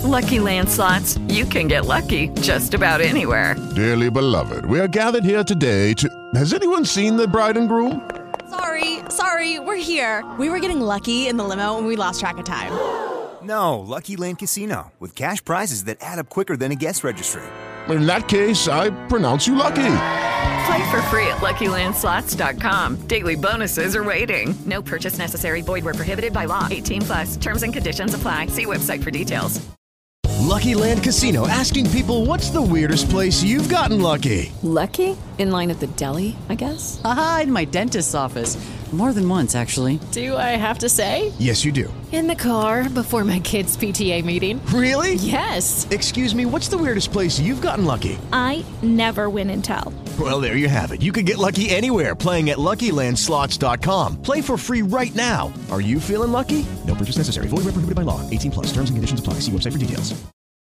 Lucky Land Slots, you can get lucky just about anywhere. Dearly beloved, we are gathered here today to... Has anyone seen the bride and groom? Sorry, we're here. We were getting lucky in the limo and we lost track of time. No, Lucky Land Casino, with cash prizes that add up quicker than a guest registry. In that case, I pronounce you lucky. Play for free at LuckyLandSlots.com. Daily bonuses are waiting. No purchase necessary. Void where prohibited by law. 18+. Terms and conditions apply. See website for details. Lucky Land Casino, asking people, what's the weirdest place you've gotten lucky? Lucky? In line at the deli, I guess? Aha, in my dentist's office. More than once, actually. Do I have to say? Yes, you do. In the car before my kids' PTA meeting. Really? Yes. Excuse me, what's the weirdest place you've gotten lucky? I never win and tell. Well, there you have it. You can get lucky anywhere, playing at LuckyLandSlots.com. Play for free right now. Are you feeling lucky? No purchase necessary. Void where prohibited by law. 18+. Terms and conditions apply. See website for details.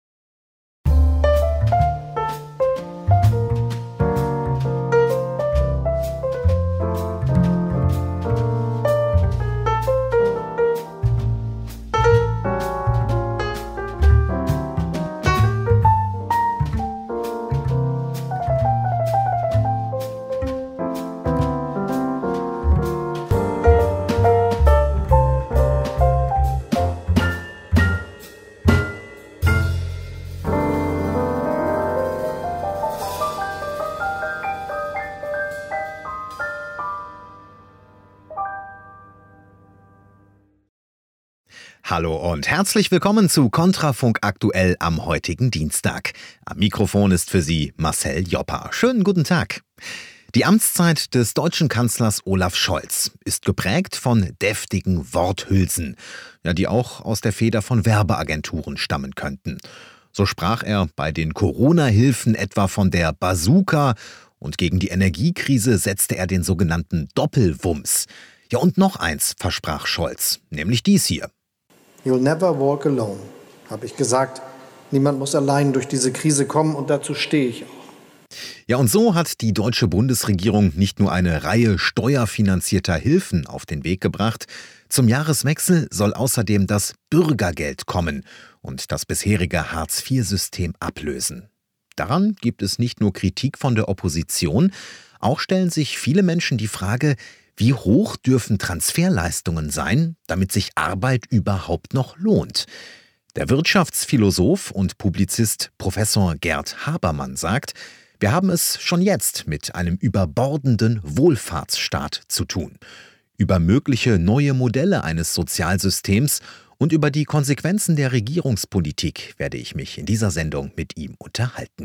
Hallo und herzlich willkommen zu Kontrafunk aktuell am heutigen Dienstag. Am Mikrofon ist für Sie Marcel Joppa. Schönen guten Tag. Die Amtszeit des deutschen Kanzlers Olaf Scholz ist geprägt von deftigen Worthülsen, die auch aus der Feder von Werbeagenturen stammen könnten. So sprach er bei den Corona-Hilfen etwa von der Bazooka und gegen die Energiekrise setzte er den sogenannten Doppelwumms. Ja, und noch eins versprach Scholz, nämlich dies hier. You'll never walk alone, habe ich gesagt. Niemand muss allein durch diese Krise kommen und dazu stehe ich auch. Ja, und so hat die deutsche Bundesregierung nicht nur eine Reihe steuerfinanzierter Hilfen auf den Weg gebracht. Zum Jahreswechsel soll außerdem das Bürgergeld kommen und das bisherige Hartz-IV-System ablösen. Daran gibt es nicht nur Kritik von der Opposition, auch stellen sich viele Menschen die Frage, wie hoch dürfen Transferleistungen sein, damit sich Arbeit überhaupt noch lohnt? Der Wirtschaftsphilosoph und Publizist Professor Gerd Habermann sagt, wir haben es schon jetzt mit einem überbordenden Wohlfahrtsstaat zu tun. Über mögliche neue Modelle eines Sozialsystems und über die Konsequenzen der Regierungspolitik werde ich mich in dieser Sendung mit ihm unterhalten.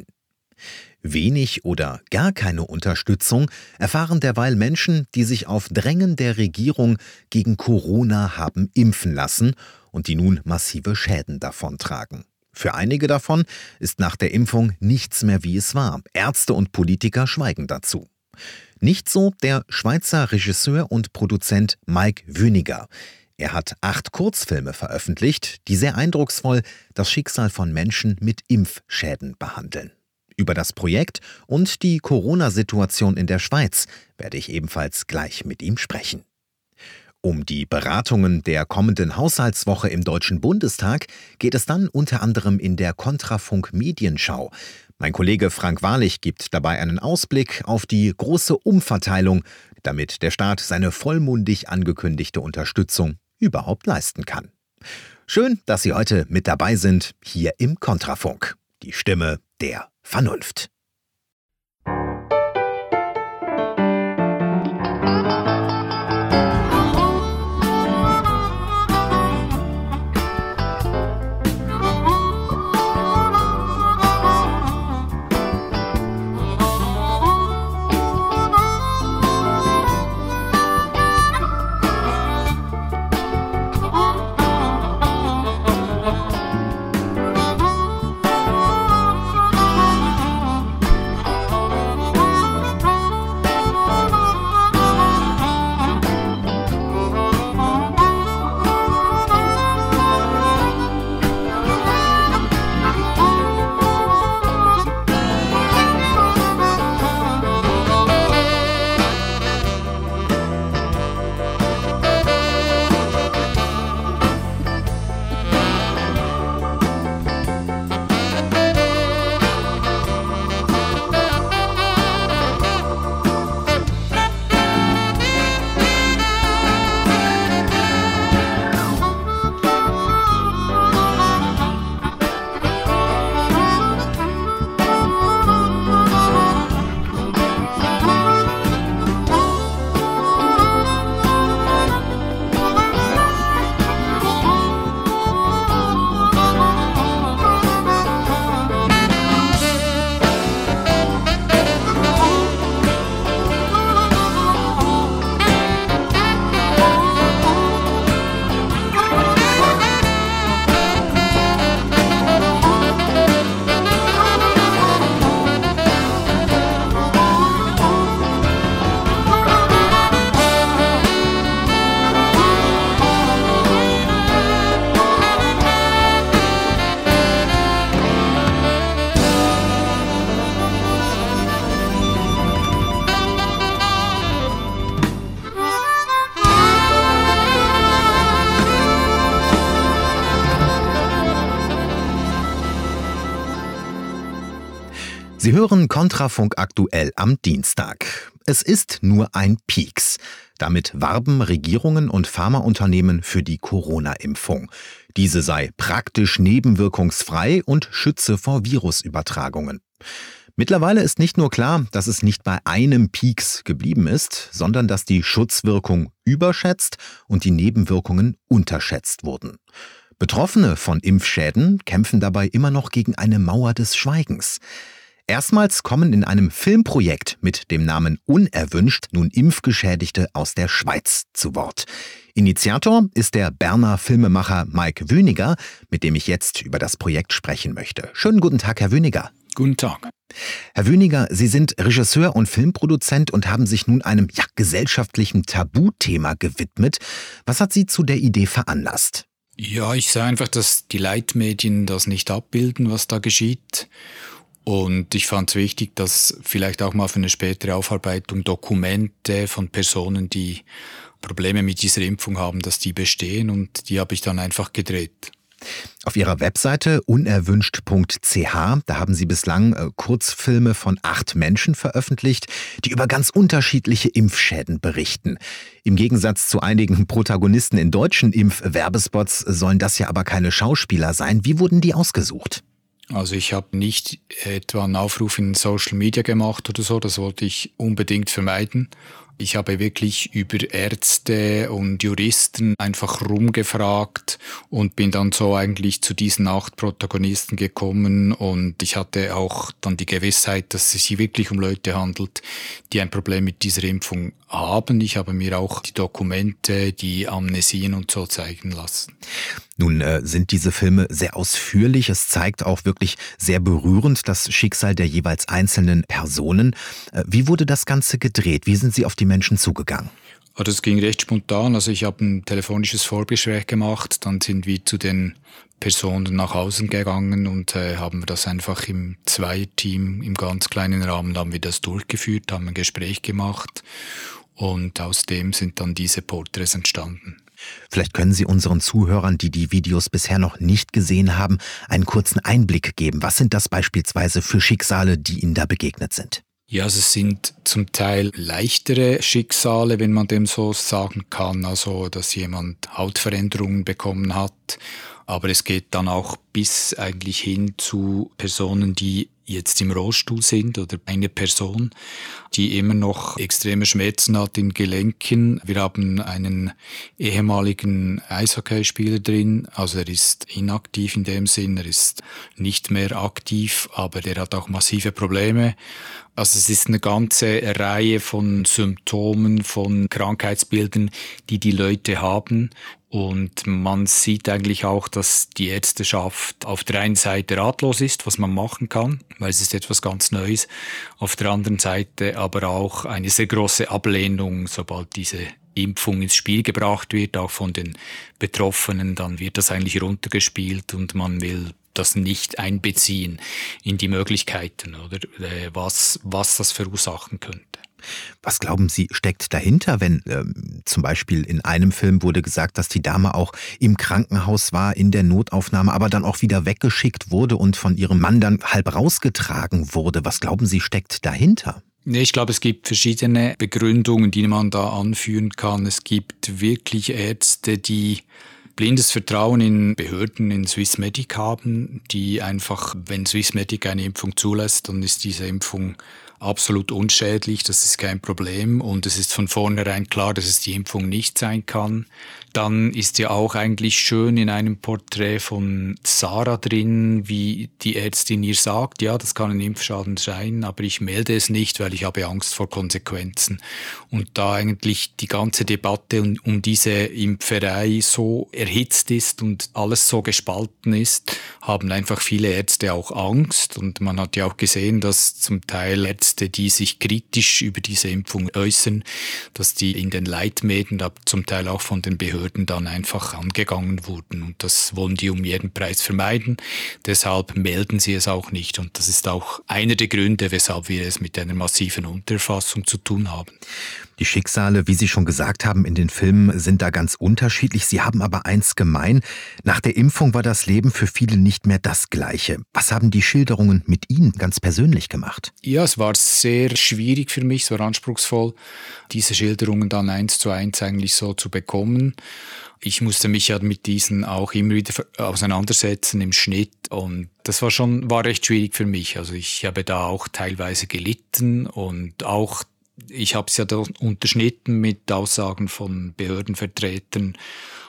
Wenig oder gar keine Unterstützung erfahren derweil Menschen, die sich auf Drängen der Regierung gegen Corona haben impfen lassen und die nun massive Schäden davontragen. Für einige davon ist nach der Impfung nichts mehr wie es war. Ärzte und Politiker schweigen dazu. Nicht so der Schweizer Regisseur und Produzent Mike Wüniger. Er hat 8 Kurzfilme veröffentlicht, die sehr eindrucksvoll das Schicksal von Menschen mit Impfschäden behandeln. Über das Projekt und die Corona-Situation in der Schweiz werde ich ebenfalls gleich mit ihm sprechen. Um die Beratungen der kommenden Haushaltswoche im Deutschen Bundestag geht es dann unter anderem in der Kontrafunk Medienschau. Mein Kollege Frank Wahrlich gibt dabei einen Ausblick auf die große Umverteilung, damit der Staat seine vollmundig angekündigte Unterstützung überhaupt leisten kann. Schön, dass Sie heute mit dabei sind, hier im Kontrafunk. Die Stimme der Vernunft. Sie hören Kontrafunk aktuell am Dienstag. Es ist nur ein Pieks. Damit warben Regierungen und Pharmaunternehmen für die Corona-Impfung. Diese sei praktisch nebenwirkungsfrei und schütze vor Virusübertragungen. Mittlerweile ist nicht nur klar, dass es nicht bei einem Pieks geblieben ist, sondern dass die Schutzwirkung überschätzt und die Nebenwirkungen unterschätzt wurden. Betroffene von Impfschäden kämpfen dabei immer noch gegen eine Mauer des Schweigens. Erstmals kommen in einem Filmprojekt mit dem Namen Unerwünscht nun Impfgeschädigte aus der Schweiz zu Wort. Initiator ist der Berner Filmemacher Mike Wüniger, mit dem ich jetzt über das Projekt sprechen möchte. Schönen guten Tag, Herr Wüniger. Guten Tag. Herr Wüniger, Sie sind Regisseur und Filmproduzent und haben sich nun einem gesellschaftlichen Tabuthema gewidmet. Was hat Sie zu der Idee veranlasst? Ja, ich sah einfach, dass die Leitmedien das nicht abbilden, was da geschieht. Und ich fand es wichtig, dass vielleicht auch mal für eine spätere Aufarbeitung Dokumente von Personen, die Probleme mit dieser Impfung haben, dass die bestehen, und die habe ich dann einfach gedreht. Auf Ihrer Webseite unerwünscht.ch, da haben Sie bislang Kurzfilme von 8 Menschen veröffentlicht, die über ganz unterschiedliche Impfschäden berichten. Im Gegensatz zu einigen Protagonisten in deutschen Impfwerbespots sollen das ja aber keine Schauspieler sein. Wie wurden die ausgesucht? Also ich habe nicht etwa einen Aufruf in Social Media gemacht oder so, das wollte ich unbedingt vermeiden. Ich habe wirklich über Ärzte und Juristen einfach rumgefragt und bin dann so eigentlich zu diesen 8 Protagonisten gekommen, und ich hatte auch dann die Gewissheit, dass es sich wirklich um Leute handelt, die ein Problem mit dieser Impfung haben. Ich habe mir auch die Dokumente, die Amnesien und so zeigen lassen. Nun sind diese Filme sehr ausführlich. Es zeigt auch wirklich sehr berührend das Schicksal der jeweils einzelnen Personen. Wie wurde das Ganze gedreht? Wie sind Sie auf die Menschen zugegangen? Das ging recht spontan. Also ich habe ein telefonisches Vorgespräch gemacht, dann sind wir zu den Personen nach Hause gegangen und haben das einfach im Zweierteam, im ganz kleinen Rahmen haben wir das durchgeführt, haben ein Gespräch gemacht, und aus dem sind dann diese Porträts entstanden. Vielleicht können Sie unseren Zuhörern, die die Videos bisher noch nicht gesehen haben, einen kurzen Einblick geben. Was sind das beispielsweise für Schicksale, die Ihnen da begegnet sind? Ja, also es sind zum Teil leichtere Schicksale, wenn man dem so sagen kann. Also, dass jemand Hautveränderungen bekommen hat. Aber es geht dann auch bis eigentlich hin zu Personen, die jetzt im Rollstuhl sind, oder eine Person, die immer noch extreme Schmerzen hat in Gelenken. Wir haben einen ehemaligen Eishockeyspieler drin, also er ist inaktiv in dem Sinn, er ist nicht mehr aktiv, aber der hat auch massive Probleme. Also es ist eine ganze Reihe von Symptomen, von Krankheitsbildern, die die Leute haben. Und man sieht eigentlich auch, dass die Ärzteschaft auf der einen Seite ratlos ist, was man machen kann, weil es ist etwas ganz Neues. Auf der anderen Seite aber auch eine sehr große Ablehnung, sobald diese Impfung ins Spiel gebracht wird, auch von den Betroffenen, dann wird das eigentlich runtergespielt und man will das nicht einbeziehen in die Möglichkeiten, oder was das verursachen könnte. Was glauben Sie, steckt dahinter, wenn zum Beispiel in einem Film wurde gesagt, dass die Dame auch im Krankenhaus war, in der Notaufnahme, aber dann auch wieder weggeschickt wurde und von ihrem Mann dann halb rausgetragen wurde? Was glauben Sie, steckt dahinter? Ich glaube, es gibt verschiedene Begründungen, die man da anführen kann. Es gibt wirklich Ärzte, die blindes Vertrauen in Behörden, in Swissmedic haben, die einfach, wenn Swissmedic eine Impfung zulässt, dann ist diese Impfung absolut unschädlich, das ist kein Problem, und es ist von vornherein klar, dass es die Impfung nicht sein kann. Dann ist ja auch eigentlich schön in einem Porträt von Sarah drin, wie die Ärztin ihr sagt, ja, das kann ein Impfschaden sein, aber ich melde es nicht, weil ich habe Angst vor Konsequenzen. Und da eigentlich die ganze Debatte um diese Impferei so erhitzt ist und alles so gespalten ist, haben einfach viele Ärzte auch Angst. Und man hat ja auch gesehen, dass zum Teil Ärzte, die sich kritisch über diese Impfung äußern, dass die in den Leitmedien, aber zum Teil auch von den Behörden dann einfach angegangen wurden. Und das wollen die um jeden Preis vermeiden. Deshalb melden sie es auch nicht. Und das ist auch einer der Gründe, weshalb wir es mit einer massiven Untererfassung zu tun haben. Die Schicksale, wie Sie schon gesagt haben, in den Filmen sind da ganz unterschiedlich. Sie haben aber eins gemein. Nach der Impfung war das Leben für viele nicht mehr das Gleiche. Was haben die Schilderungen mit Ihnen ganz persönlich gemacht? Ja, es war sehr schwierig für mich, es war anspruchsvoll, diese Schilderungen dann 1:1 eigentlich so zu bekommen. Ich musste mich ja mit diesen auch immer wieder auseinandersetzen im Schnitt und das war recht schwierig für mich. Also ich habe da auch teilweise gelitten und auch ich habe es ja da unterschnitten mit Aussagen von Behördenvertretern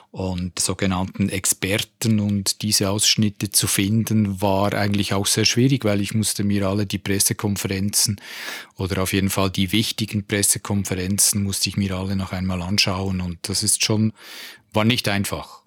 und sogenannten Experten und diese Ausschnitte zu finden, war eigentlich auch sehr schwierig, weil ich musste mir alle die Pressekonferenzen oder auf jeden Fall die wichtigen Pressekonferenzen musste ich mir alle noch einmal anschauen und das war nicht einfach.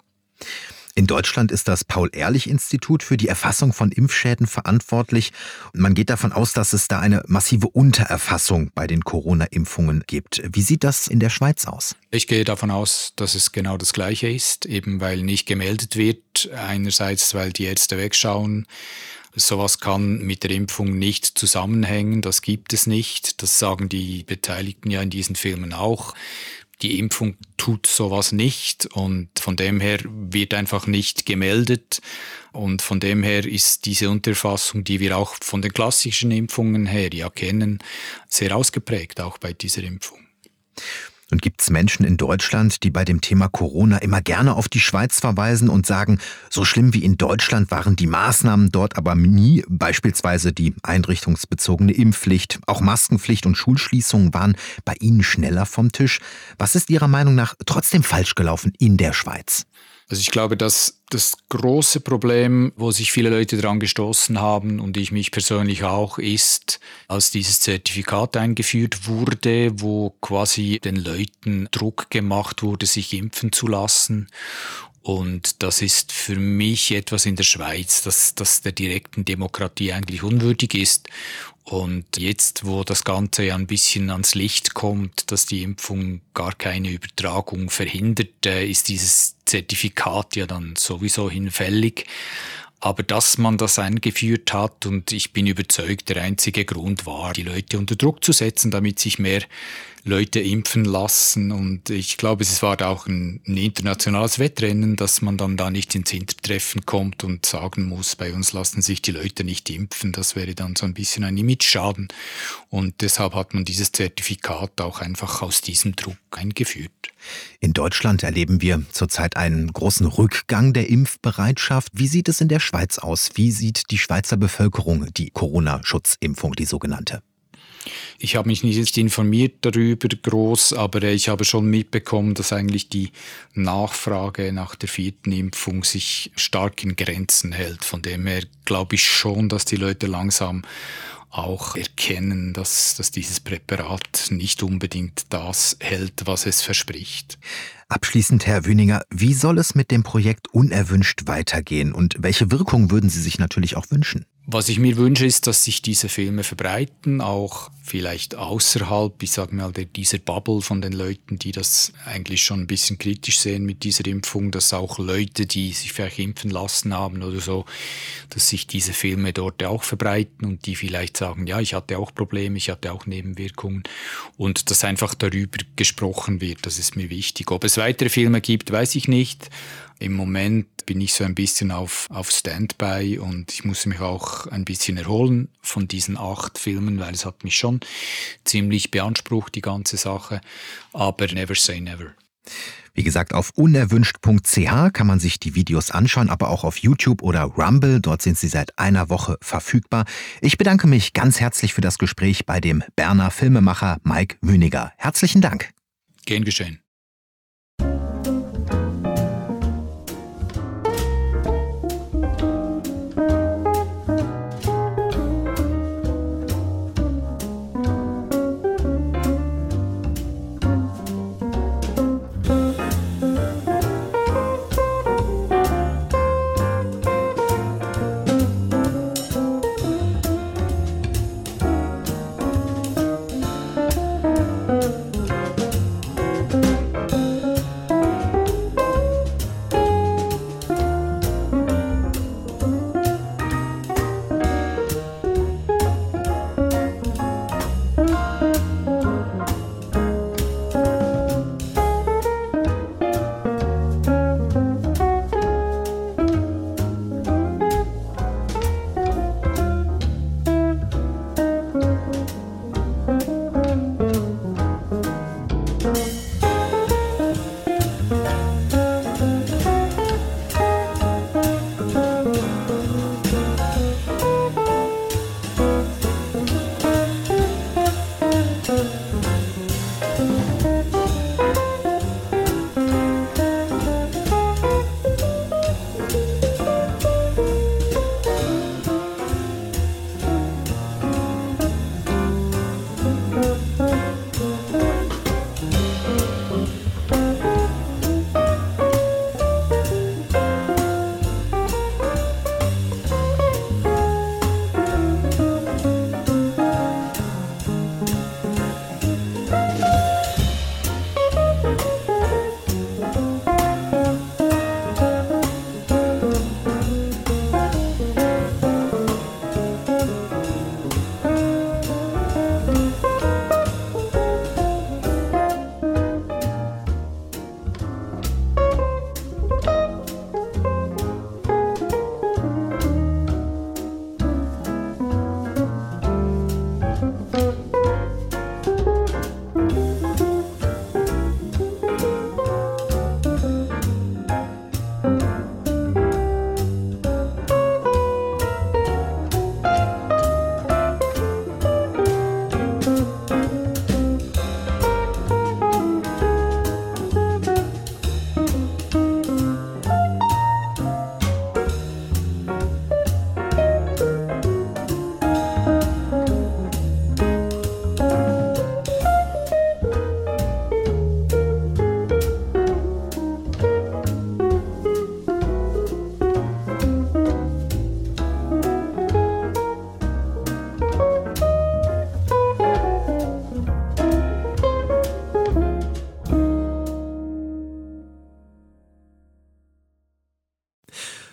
In Deutschland ist das Paul-Ehrlich-Institut für die Erfassung von Impfschäden verantwortlich. Man geht davon aus, dass es da eine massive Untererfassung bei den Corona-Impfungen gibt. Wie sieht das in der Schweiz aus? Ich gehe davon aus, dass es genau das Gleiche ist, eben weil nicht gemeldet wird. Einerseits, weil die Ärzte wegschauen. Sowas kann mit der Impfung nicht zusammenhängen, das gibt es nicht. Das sagen die Beteiligten ja in diesen Filmen auch. Die Impfung tut sowas nicht und von dem her wird einfach nicht gemeldet und von dem her ist diese Unterfassung, die wir auch von den klassischen Impfungen her ja kennen, sehr ausgeprägt, auch bei dieser Impfung. Und gibt es Menschen in Deutschland, die bei dem Thema Corona immer gerne auf die Schweiz verweisen und sagen, so schlimm wie in Deutschland waren die Maßnahmen dort aber nie, beispielsweise die einrichtungsbezogene Impfpflicht, auch Maskenpflicht und Schulschließungen waren bei Ihnen schneller vom Tisch. Was ist Ihrer Meinung nach trotzdem falsch gelaufen in der Schweiz? Also ich glaube, dass das große Problem, wo sich viele Leute dran gestoßen haben und ich mich persönlich auch, ist, als dieses Zertifikat eingeführt wurde, wo quasi den Leuten Druck gemacht wurde, sich impfen zu lassen. Und das ist für mich etwas in der Schweiz, das der direkten Demokratie eigentlich unwürdig ist. Und jetzt, wo das Ganze ja ein bisschen ans Licht kommt, dass die Impfung gar keine Übertragung verhindert, ist dieses Zertifikat ja dann sowieso hinfällig. Aber dass man das eingeführt hat, und ich bin überzeugt, der einzige Grund war, die Leute unter Druck zu setzen, damit sich mehr Leute impfen lassen. Und ich glaube, es war auch ein internationales Wettrennen, dass man dann da nicht ins Hintertreffen kommt und sagen muss, bei uns lassen sich die Leute nicht impfen. Das wäre dann so ein bisschen ein Imageschaden. Und deshalb hat man dieses Zertifikat auch einfach aus diesem Druck eingeführt. In Deutschland erleben wir zurzeit einen großen Rückgang der Impfbereitschaft. Wie sieht es in der Schweiz aus? Wie sieht die Schweizer Bevölkerung die Corona-Schutzimpfung, die sogenannte? Ich habe mich nicht informiert darüber groß, aber ich habe schon mitbekommen, dass eigentlich die Nachfrage nach der 4. Impfung sich stark in Grenzen hält. Von dem her glaube ich schon, dass die Leute langsam auch erkennen, dass dieses Präparat nicht unbedingt das hält, was es verspricht. Abschließend, Herr Wüninger, wie soll es mit dem Projekt Unerwünscht weitergehen und welche Wirkung würden Sie sich natürlich auch wünschen? Was ich mir wünsche, ist, dass sich diese Filme verbreiten, auch vielleicht außerhalb, ich sage mal, dieser Bubble von den Leuten, die das eigentlich schon ein bisschen kritisch sehen mit dieser Impfung, dass auch Leute, die sich vielleicht impfen lassen haben oder so, dass sich diese Filme dort auch verbreiten und die vielleicht sagen, ja, ich hatte auch Probleme, ich hatte auch Nebenwirkungen und dass einfach darüber gesprochen wird, das ist mir wichtig. Ob es weitere Filme gibt, weiß ich nicht. Im Moment bin ich so ein bisschen auf Standby und ich muss mich auch ein bisschen erholen von diesen 8 Filmen, weil es hat mich schon ziemlich beansprucht, die ganze Sache. Aber never say never. Wie gesagt, auf unerwünscht.ch kann man sich die Videos anschauen, aber auch auf YouTube oder Rumble. Dort sind sie seit einer Woche verfügbar. Ich bedanke mich ganz herzlich für das Gespräch bei dem Berner Filmemacher Mike Wüninger. Herzlichen Dank. Gern geschehen.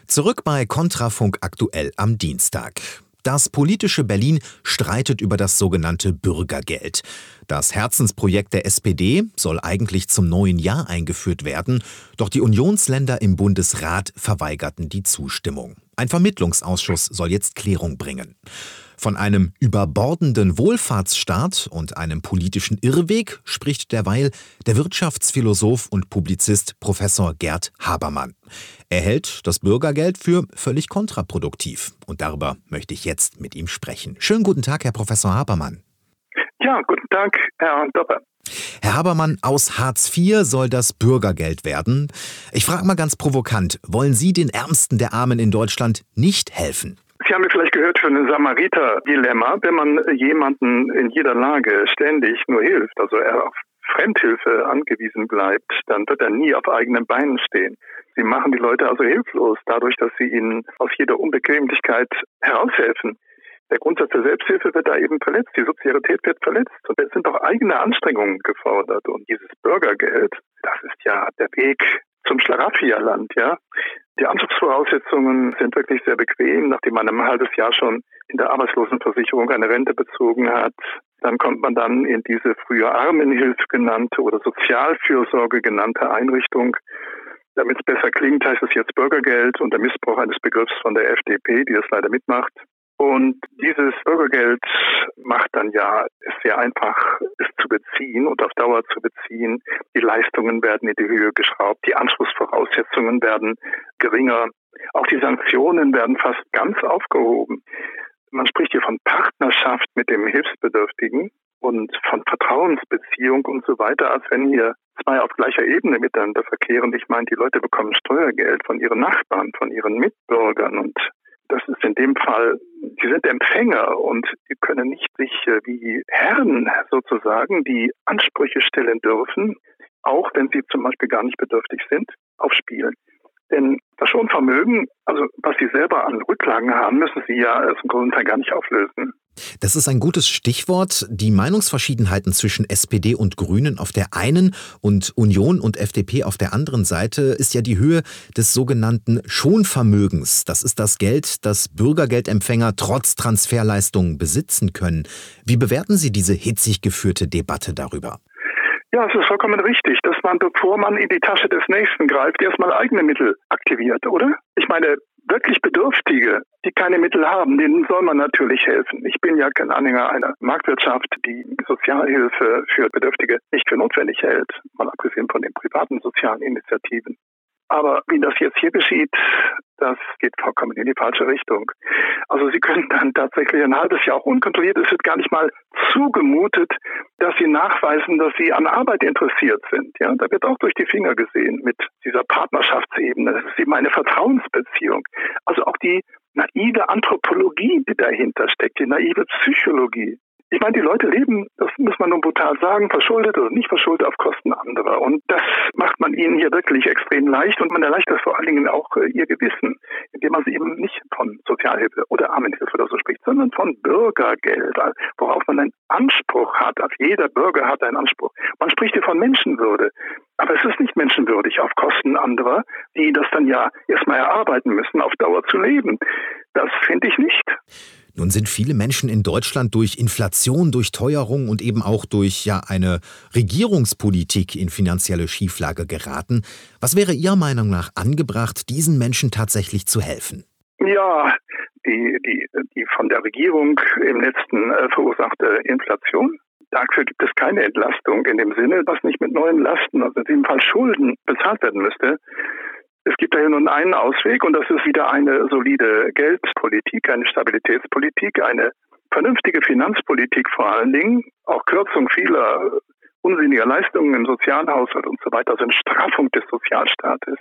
Zurück bei Kontrafunk aktuell am Dienstag. Das politische Berlin streitet über das sogenannte Bürgergeld. Das Herzensprojekt der SPD soll eigentlich zum neuen Jahr eingeführt werden, doch die Unionsländer im Bundesrat verweigerten die Zustimmung. Ein Vermittlungsausschuss soll jetzt Klärung bringen. Von einem überbordenden Wohlfahrtsstaat und einem politischen Irrweg spricht derweil der Wirtschaftsphilosoph und Publizist Professor Gerd Habermann. Er hält das Bürgergeld für völlig kontraproduktiv. Und darüber möchte ich jetzt mit ihm sprechen. Schönen guten Tag, Herr Professor Habermann. Ja, guten Tag, Herr Doppe. Herr Habermann, aus Hartz IV soll das Bürgergeld werden. Ich frage mal ganz provokant, wollen Sie den Ärmsten der Armen in Deutschland nicht helfen? Sie haben ja vielleicht gehört von dem Samariter-Dilemma. Wenn man jemanden in jeder Lage ständig nur hilft, also er auf Fremdhilfe angewiesen bleibt, dann wird er nie auf eigenen Beinen stehen. Sie machen die Leute also hilflos, dadurch, dass sie ihnen aus jeder Unbequemlichkeit heraushelfen. Der Grundsatz der Selbsthilfe wird da eben verletzt, die Subsidiarität wird verletzt und es sind auch eigene Anstrengungen gefordert. Und dieses Bürgergeld, das ist ja der Weg zum Schlaraffenland, ja. Die Anspruchsvoraussetzungen sind wirklich sehr bequem, nachdem man ein halbes Jahr schon in der Arbeitslosenversicherung eine Rente bezogen hat. Dann kommt man dann in diese früher Armenhilfe genannte oder Sozialfürsorge genannte Einrichtung. Damit es besser klingt, heißt es jetzt Bürgergeld und der Missbrauch eines Begriffs von der FDP, die das leider mitmacht. Und dieses Bürgergeld macht dann ja es sehr einfach, es zu beziehen und auf Dauer zu beziehen. Die Leistungen werden in die Höhe geschraubt, die Anspruchsvoraussetzungen werden geringer. Auch die Sanktionen werden fast ganz aufgehoben. Man spricht hier von Partnerschaft mit dem Hilfsbedürftigen und von Vertrauensbeziehung und so weiter, als wenn hier zwei auf gleicher Ebene miteinander verkehren. Ich meine, die Leute bekommen Steuergeld von ihren Nachbarn, von ihren Mitbürgern und das ist in dem Fall, die sind Empfänger und die können nicht sich wie Herren sozusagen, die Ansprüche stellen dürfen, auch wenn sie zum Beispiel gar nicht bedürftig sind, aufspielen. Denn das Schonvermögen, also was sie selber an Rücklagen haben, müssen sie ja zum großen Teil gar nicht auflösen. Das ist ein gutes Stichwort. Die Meinungsverschiedenheiten zwischen SPD und Grünen auf der einen und Union und FDP auf der anderen Seite ist ja die Höhe des sogenannten Schonvermögens. Das ist das Geld, das Bürgergeldempfänger trotz Transferleistungen besitzen können. Wie bewerten Sie diese hitzig geführte Debatte darüber? Ja, es ist vollkommen richtig, dass man, bevor man in die Tasche des Nächsten greift, erstmal eigene Mittel aktiviert, oder? Ich meine, wirklich Bedürftige, die keine Mittel haben, denen soll man natürlich helfen. Ich bin ja kein Anhänger einer Marktwirtschaft, die Sozialhilfe für Bedürftige nicht für notwendig hält, mal abgesehen von den privaten sozialen Initiativen. Aber wie das jetzt hier geschieht, das geht vollkommen in die falsche Richtung. Also Sie können dann tatsächlich ein halbes Jahr auch unkontrolliert, es wird gar nicht mal zugemutet, dass Sie nachweisen, dass Sie an Arbeit interessiert sind. Ja, da wird auch durch die Finger gesehen mit dieser Partnerschaftsebene. Das ist eben eine Vertrauensbeziehung. Also auch die naive Anthropologie, die dahinter steckt, die naive Psychologie. Ich meine, die Leute leben, das muss man nun brutal sagen, verschuldet oder nicht verschuldet auf Kosten anderer. Und das macht man ihnen hier wirklich extrem leicht und man erleichtert vor allen Dingen auch ihr Gewissen, indem man sie eben nicht von Sozialhilfe oder Armenhilfe oder so spricht, sondern von Bürgergeld, worauf man einen Anspruch hat. Also jeder Bürger hat einen Anspruch. Man spricht hier von Menschenwürde. Aber es ist nicht menschenwürdig, auf Kosten anderer, die das dann ja erstmal erarbeiten müssen, auf Dauer zu leben. Das finde ich nicht. Nun sind viele Menschen in Deutschland durch Inflation, durch Teuerung und eben auch durch eine Regierungspolitik in finanzielle Schieflage geraten. Was wäre Ihrer Meinung nach angebracht, diesen Menschen tatsächlich zu helfen? Ja, die von der Regierung im letzten verursachte Inflation. Dafür gibt es keine Entlastung in dem Sinne, was nicht mit neuen Lasten, also in dem Fall Schulden, bezahlt werden müsste. Es gibt daher nun einen Ausweg und das ist wieder eine solide Geldpolitik, eine Stabilitätspolitik, eine vernünftige Finanzpolitik vor allen Dingen, auch Kürzung vieler unsinniger Leistungen im Sozialhaushalt und so weiter, also eine Straffung des Sozialstaates.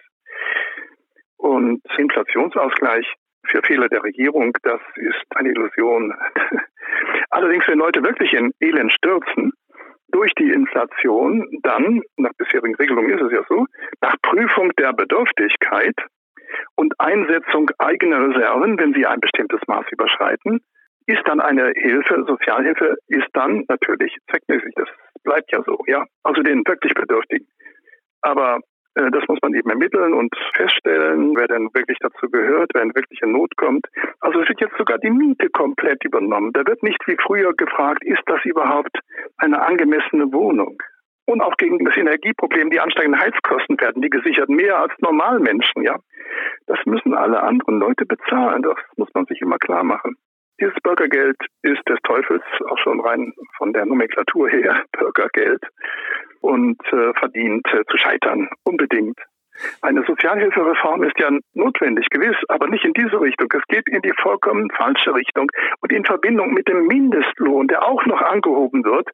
Und Inflationsausgleich für Fehler der Regierung, das ist eine Illusion. Allerdings, wenn Leute wirklich in Elend stürzen, durch die Inflation dann, nach bisherigen Regelungen ist es ja so, nach Prüfung der Bedürftigkeit und Einsetzung eigener Reserven, wenn sie ein bestimmtes Maß überschreiten, ist dann eine Hilfe, Sozialhilfe, ist dann natürlich zweckmäßig. Das bleibt ja so, ja. Also den wirklich Bedürftigen. Aber Das muss man eben ermitteln und feststellen, wer denn wirklich dazu gehört, wer in wirkliche Not kommt. Also es wird jetzt sogar die Miete komplett übernommen. Da wird nicht wie früher gefragt, ist das überhaupt eine angemessene Wohnung? Und auch gegen das Energieproblem, die ansteigenden Heizkosten werden die gesichert, mehr als Normalmenschen, ja. Das müssen alle anderen Leute bezahlen, das muss man sich immer klar machen. Dieses Bürgergeld ist des Teufels, auch schon rein von der Nomenklatur her, Bürgergeld, und verdient zu scheitern, unbedingt. Eine Sozialhilfereform ist ja notwendig, gewiss, aber nicht in diese Richtung. Es geht in die vollkommen falsche Richtung. Und in Verbindung mit dem Mindestlohn, der auch noch angehoben wird,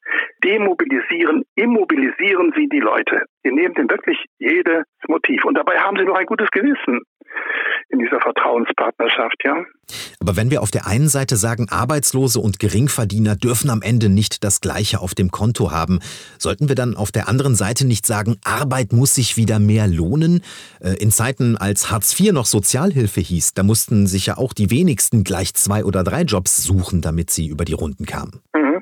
immobilisieren Sie die Leute. Sie nehmen denen wirklich jedes Motiv. Und dabei haben Sie noch ein gutes Gewissen in dieser Vertrauenspartnerschaft, ja. Aber wenn wir auf der einen Seite sagen, Arbeitslose und Geringverdiener dürfen am Ende nicht das Gleiche auf dem Konto haben, sollten wir dann auf der anderen Seite nicht sagen, Arbeit muss sich wieder mehr lohnen? In Zeiten, als Hartz IV noch Sozialhilfe hieß, da mussten sich ja auch die wenigsten gleich 2 oder 3 Jobs suchen, damit sie über die Runden kamen.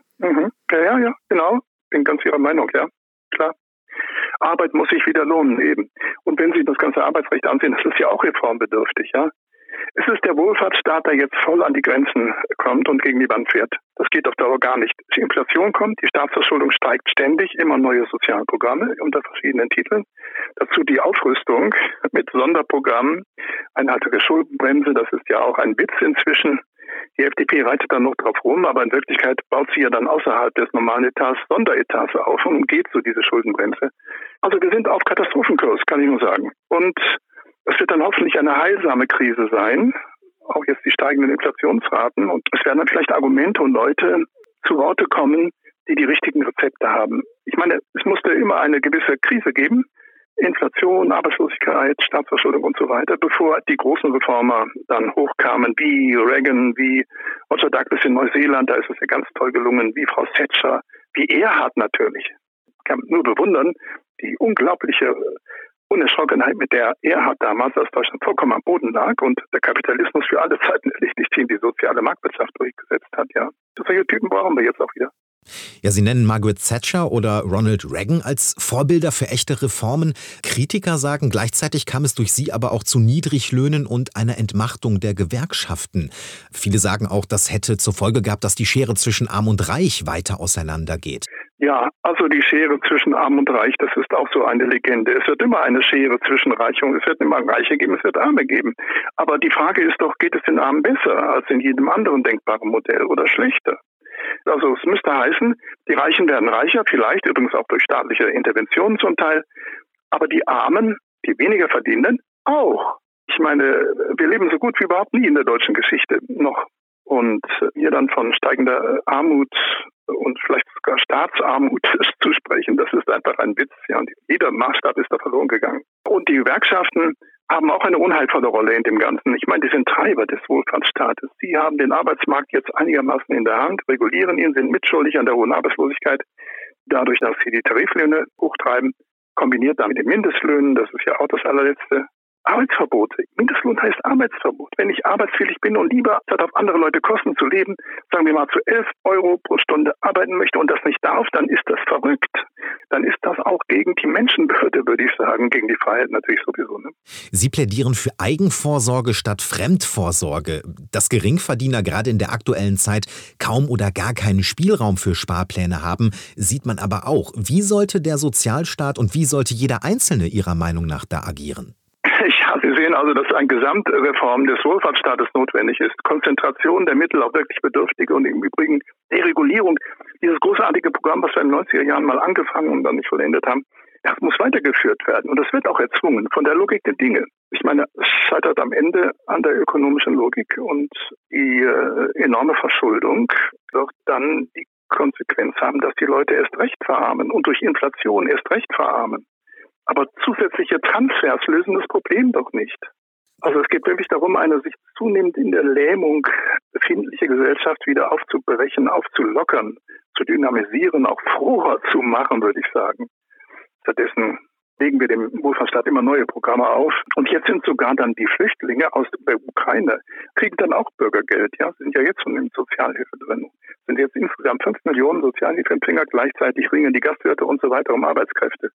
Ja, genau. Bin ganz Ihrer Meinung, ja, klar. Arbeit muss sich wieder lohnen eben. Und wenn Sie das ganze Arbeitsrecht ansehen, das ist ja auch reformbedürftig, ja. Es ist der Wohlfahrtsstaat, der jetzt voll an die Grenzen kommt und gegen die Wand fährt. Das geht auf Dauer gar nicht. Die Inflation kommt, die Staatsverschuldung steigt ständig, immer neue Sozialprogramme unter verschiedenen Titeln. Dazu die Aufrüstung mit Sonderprogrammen, einheitliche Schuldenbremse, das ist ja auch ein Witz inzwischen. Die FDP reitet dann noch drauf rum, aber in Wirklichkeit baut sie ja dann außerhalb des normalen Etats Sonderetats auf und umgeht so diese Schuldenbremse. Also wir sind auf Katastrophenkurs, kann ich nur sagen. Und es wird dann hoffentlich eine heilsame Krise sein, auch jetzt die steigenden Inflationsraten. Und es werden dann vielleicht Argumente und Leute zu Worte kommen, die die richtigen Rezepte haben. Ich meine, es musste immer eine gewisse Krise geben, Inflation, Arbeitslosigkeit, Staatsverschuldung und so weiter, bevor die großen Reformer dann hochkamen, wie Reagan, wie Roger Douglas in Neuseeland, da ist es ja ganz toll gelungen, wie Frau Thatcher, wie Erhard natürlich. Ich kann nur bewundern, die unglaubliche Unerschrockenheit, mit der Erhard damals, als Deutschland vollkommen am Boden lag und der Kapitalismus für alle Zeiten erlichtigt die soziale Marktwirtschaft durchgesetzt hat, ja. Solche Typen brauchen wir jetzt auch wieder. Ja, Sie nennen Margaret Thatcher oder Ronald Reagan als Vorbilder für echte Reformen. Kritiker sagen, gleichzeitig kam es durch sie aber auch zu Niedriglöhnen und einer Entmachtung der Gewerkschaften. Viele sagen auch, das hätte zur Folge gehabt, dass die Schere zwischen Arm und Reich weiter auseinandergeht. Ja, also die Schere zwischen Arm und Reich, das ist auch so eine Legende. Es wird immer eine Schere zwischen Reich und es wird immer Reiche geben, es wird Arme geben. Aber die Frage ist doch, geht es den Armen besser als in jedem anderen denkbaren Modell oder schlechter? Also es müsste heißen, die Reichen werden reicher, vielleicht übrigens auch durch staatliche Interventionen zum Teil, aber die Armen, die weniger verdienen, auch. Ich meine, wir leben so gut wie überhaupt nie in der deutschen Geschichte noch. Und hier dann von steigender Armut und vielleicht sogar Staatsarmut zu sprechen, das ist einfach ein Witz. Ja. Und jeder Maßstab ist da verloren gegangen. Und die Gewerkschaften haben auch eine unheilvolle Rolle in dem Ganzen. Ich meine, die sind Treiber des Wohlfahrtsstaates. Sie haben den Arbeitsmarkt jetzt einigermaßen in der Hand, regulieren ihn, sind mitschuldig an der hohen Arbeitslosigkeit, dadurch, dass sie die Tariflöhne hochtreiben, kombiniert damit mit den Mindestlöhnen, das ist ja auch das allerletzte. Arbeitsverbote. Mindestlohn heißt Arbeitsverbot. Wenn ich arbeitswillig bin und lieber statt auf andere Leute Kosten zu leben, sagen wir mal zu 11 € pro Stunde arbeiten möchte und das nicht darf, dann ist das verrückt. Dann ist das auch gegen die Menschenwürde, würde ich sagen, gegen die Freiheit natürlich sowieso. Ne? Sie plädieren für Eigenvorsorge statt Fremdvorsorge. Dass Geringverdiener gerade in der aktuellen Zeit kaum oder gar keinen Spielraum für Sparpläne haben, sieht man aber auch. Wie sollte der Sozialstaat und wie sollte jeder Einzelne Ihrer Meinung nach da agieren? Ja, Sie sehen also, dass eine Gesamtreform des Wohlfahrtsstaates notwendig ist. Konzentration der Mittel auf wirklich Bedürftige und im Übrigen Deregulierung. Dieses großartige Programm, was wir in den 90er Jahren mal angefangen und dann nicht vollendet haben, das muss weitergeführt werden. Und das wird auch erzwungen von der Logik der Dinge. Ich meine, es scheitert am Ende an der ökonomischen Logik und die enorme Verschuldung wird dann die Konsequenz haben, dass die Leute erst recht verarmen und durch Inflation erst recht verarmen. Aber zusätzliche Transfers lösen das Problem doch nicht. Also es geht wirklich darum, eine sich zunehmend in der Lähmung befindliche Gesellschaft wieder aufzubrechen, aufzulockern, zu dynamisieren, auch froher zu machen, würde ich sagen. Stattdessen legen wir dem Wohlfahrtsstaat immer neue Programme auf. Und jetzt sind sogar dann die Flüchtlinge aus der Ukraine, kriegen dann auch Bürgergeld, ja, sind ja jetzt schon in Sozialhilfe drin. Sind jetzt insgesamt 5 Millionen Sozialhilfeempfänger, gleichzeitig ringen die Gastwirte und so weiter um Arbeitskräfte.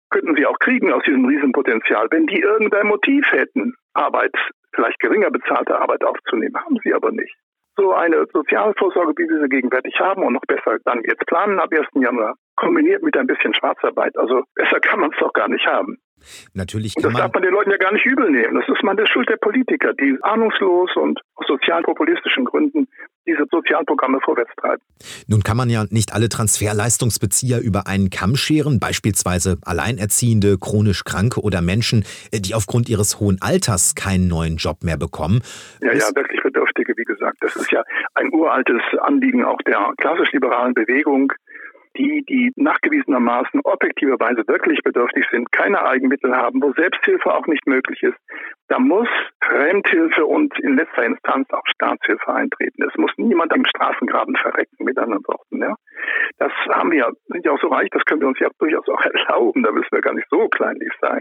könnten sie auch kriegen aus diesem Riesenpotenzial, wenn die irgendein Motiv hätten, Arbeit, vielleicht geringer bezahlte Arbeit aufzunehmen. Haben sie aber nicht. So eine Sozialvorsorge, wie wir sie gegenwärtig haben und noch besser dann jetzt planen ab 1. Januar, kombiniert mit ein bisschen Schwarzarbeit. Also besser kann man es doch gar nicht haben. Natürlich und das darf man den Leuten ja gar nicht übel nehmen. Das ist mal die Schuld der Politiker, die ahnungslos und aus sozialpopulistischen Gründen diese Sozialprogramme vorwärts treiben. Nun kann man ja nicht alle Transferleistungsbezieher über einen Kamm scheren, beispielsweise Alleinerziehende, chronisch Kranke oder Menschen, die aufgrund ihres hohen Alters keinen neuen Job mehr bekommen. Ja, wirklich Bedürftige, wie gesagt. Das ist ja ein uraltes Anliegen auch der klassisch-liberalen Bewegung, die nachgewiesenermaßen objektiverweise wirklich bedürftig sind, keine Eigenmittel haben, wo Selbsthilfe auch nicht möglich ist. Da muss Fremdhilfe und in letzter Instanz auch Staatshilfe eintreten. Es muss niemand am Straßengraben verrecken, mit anderen Worten. Ja. Das haben wir, sind ja auch so reich, das können wir uns ja durchaus auch erlauben. Da müssen wir gar nicht so kleinlich sein.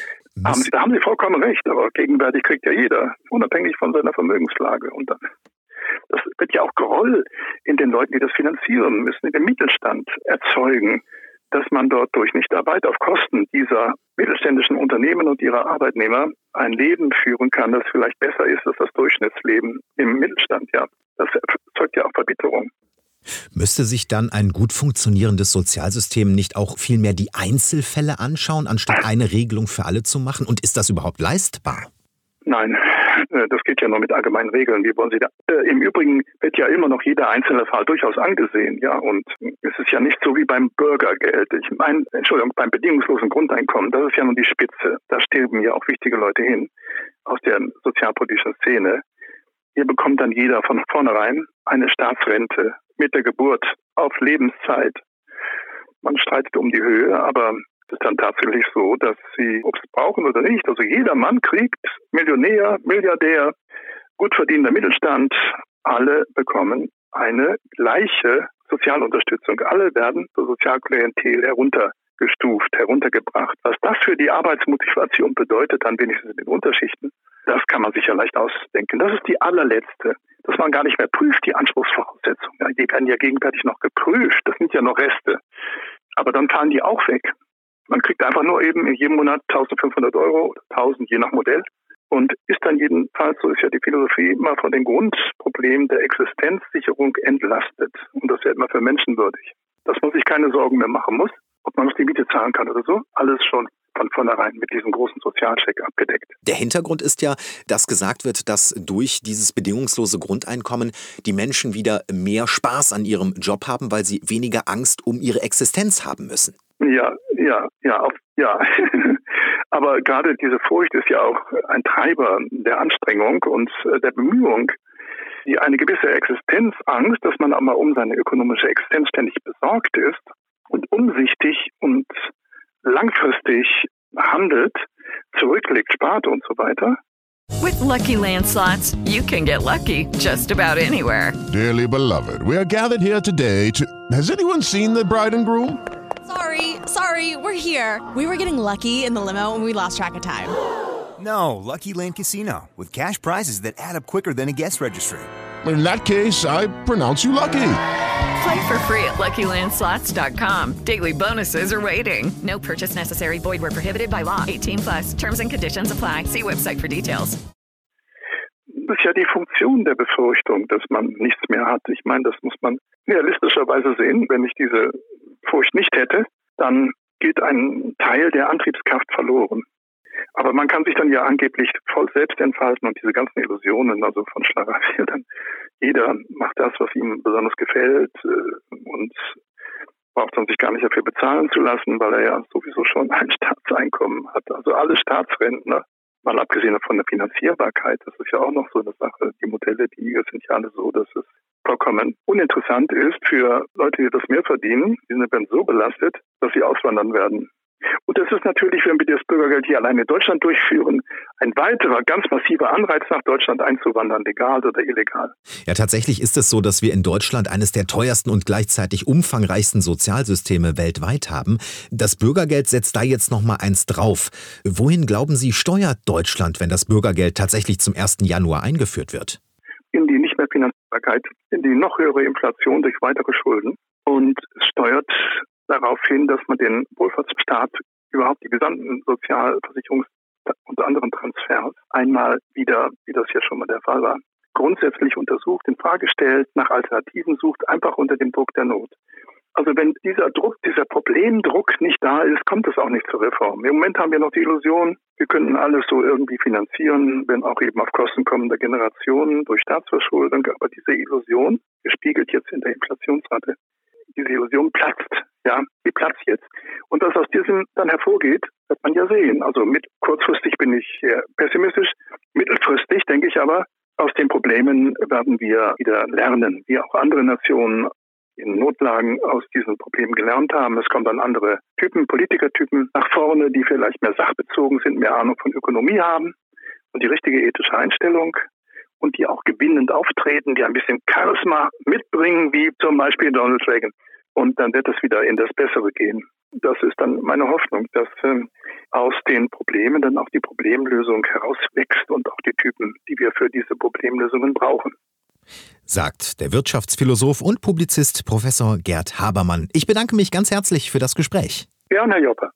Da haben Sie vollkommen recht, aber gegenwärtig kriegt ja jeder, unabhängig von seiner Vermögenslage. Und dann das wird ja auch Groll in den Leuten, die das finanzieren müssen, in dem Mittelstand erzeugen, dass man dort durch Nichtarbeit auf Kosten dieser mittelständischen Unternehmen und ihrer Arbeitnehmer ein Leben führen kann, das vielleicht besser ist als das Durchschnittsleben im Mittelstand. Ja, das erzeugt ja auch Verbitterung. Müsste sich dann ein gut funktionierendes Sozialsystem nicht auch viel mehr die Einzelfälle anschauen, anstatt eine Regelung für alle zu machen? Und ist das überhaupt leistbar? Nein, das geht ja nur mit allgemeinen Regeln. Wie wollen Sie da? Im Übrigen wird ja immer noch jeder einzelne Fall durchaus angesehen, ja. Und es ist ja nicht so wie beim Bürgergeld. Beim bedingungslosen Grundeinkommen. Das ist ja nur die Spitze. Da sterben ja auch wichtige Leute hin aus der sozialpolitischen Szene. Hier bekommt dann jeder von vornherein eine Staatsrente mit der Geburt auf Lebenszeit. Man streitet um die Höhe, aber es ist dann tatsächlich so, dass sie, ob sie es brauchen oder nicht, also jeder Mann kriegt, Millionär, Milliardär, gut verdienender Mittelstand, alle bekommen eine gleiche Sozialunterstützung. Alle werden zur Sozialklientel heruntergebracht. Was das für die Arbeitsmotivation bedeutet, dann wenigstens in den Unterschichten, das kann man sich ja leicht ausdenken. Das ist die allerletzte, dass man gar nicht mehr prüft, die Anspruchsvoraussetzungen. Ja, die werden ja gegenwärtig noch geprüft, das sind ja noch Reste. Aber dann fallen die auch weg. Man kriegt einfach nur eben in jedem Monat 1.500 Euro oder 1.000, je nach Modell. Und ist dann jedenfalls, so ist ja die Philosophie, immer von den Grundproblemen der Existenzsicherung entlastet. Und das wäre immer für menschenwürdig. Dass man sich keine Sorgen mehr machen muss, ob man noch die Miete zahlen kann oder so. Alles schon von vornherein mit diesem großen Sozialcheck abgedeckt. Der Hintergrund ist ja, dass gesagt wird, dass durch dieses bedingungslose Grundeinkommen die Menschen wieder mehr Spaß an ihrem Job haben, weil sie weniger Angst um ihre Existenz haben müssen. Ja. Aber gerade diese Furcht ist ja auch ein Treiber der Anstrengung und der Bemühung, die eine gewisse Existenzangst, dass man auch mal um seine ökonomische Existenz ständig besorgt ist und umsichtig und langfristig handelt, zurücklegt, spart und so weiter. With Lucky Land Slots, you can get lucky just about anywhere. Dearly beloved, we are gathered here today to... Has anyone seen the bride and groom? Sorry, we're here. We were getting lucky in the limo and we lost track of time. No, Lucky Land Casino, with cash prizes that add up quicker than a guest registry. In that case, I pronounce you lucky. Play for free at LuckyLandSlots.com. Daily bonuses are waiting. No purchase necessary. Void where prohibited by law. 18+. Terms and conditions apply. See website for details. Das ist ja die Funktion der Befürchtung, dass man nichts mehr hat. Ich meine, das muss man realistischerweise sehen. Wenn ich diese Furcht nicht hätte, dann geht ein Teil der Antriebskraft verloren. Aber man kann sich dann ja angeblich voll selbst entfalten und diese ganzen Illusionen, also von Schlaraffenland, dann jeder macht das, was ihm besonders gefällt und braucht dann sich gar nicht dafür bezahlen zu lassen, weil er ja sowieso schon ein Staatseinkommen hat. Also alle Staatsrentner, mal abgesehen von der Finanzierbarkeit, das ist ja auch noch so eine Sache. Die Modelle, die sind ja alle so, dass es vollkommen uninteressant ist für Leute, die das mehr verdienen. Die sind dann so belastet, dass sie auswandern werden. Und das ist natürlich, wenn wir das Bürgergeld hier allein in Deutschland durchführen, ein weiterer, ganz massiver Anreiz, nach Deutschland einzuwandern, legal oder illegal. Ja, tatsächlich ist es so, dass wir in Deutschland eines der teuersten und gleichzeitig umfangreichsten Sozialsysteme weltweit haben. Das Bürgergeld setzt da jetzt noch mal eins drauf. Wohin, glauben Sie, steuert Deutschland, wenn das Bürgergeld tatsächlich zum 1. Januar eingeführt wird? In die nicht mehr Finanzierbarkeit, in die noch höhere Inflation durch weitere Schulden. Und es steuert darauf hin, dass man den Wohlfahrtsstaat überhaupt die gesamten Sozialversicherungs- und anderen Transfers einmal wieder, wie das ja schon mal der Fall war, grundsätzlich untersucht, in Frage stellt, nach Alternativen sucht, einfach unter dem Druck der Not. Also wenn dieser Druck, dieser Problemdruck nicht da ist, kommt es auch nicht zur Reform. Im Moment haben wir noch die Illusion, wir könnten alles so irgendwie finanzieren, wenn auch eben auf Kosten kommender Generationen durch Staatsverschuldung. Aber diese Illusion, gespiegelt jetzt in der Inflationsrate, diese Illusion platzt. Ja, die platzt jetzt. Und was aus diesem dann hervorgeht, wird man ja sehen. Also kurzfristig bin ich sehr pessimistisch, mittelfristig denke ich aber, aus den Problemen werden wir wieder lernen, wie auch andere Nationen in Notlagen aus diesen Problemen gelernt haben. Es kommen dann andere Typen, Politikertypen nach vorne, die vielleicht mehr sachbezogen sind, mehr Ahnung von Ökonomie haben und die richtige ethische Einstellung und die auch gewinnend auftreten, die ein bisschen Charisma mitbringen, wie zum Beispiel Donald Reagan. Und dann wird es wieder in das Bessere gehen. Das ist dann meine Hoffnung, dass aus den Problemen dann auch die Problemlösung herauswächst und auch die Typen, die wir für diese Problemlösungen brauchen. Sagt der Wirtschaftsphilosoph und Publizist Professor Gerd Habermann. Ich bedanke mich ganz herzlich für das Gespräch. Gerne, Herr Joppa.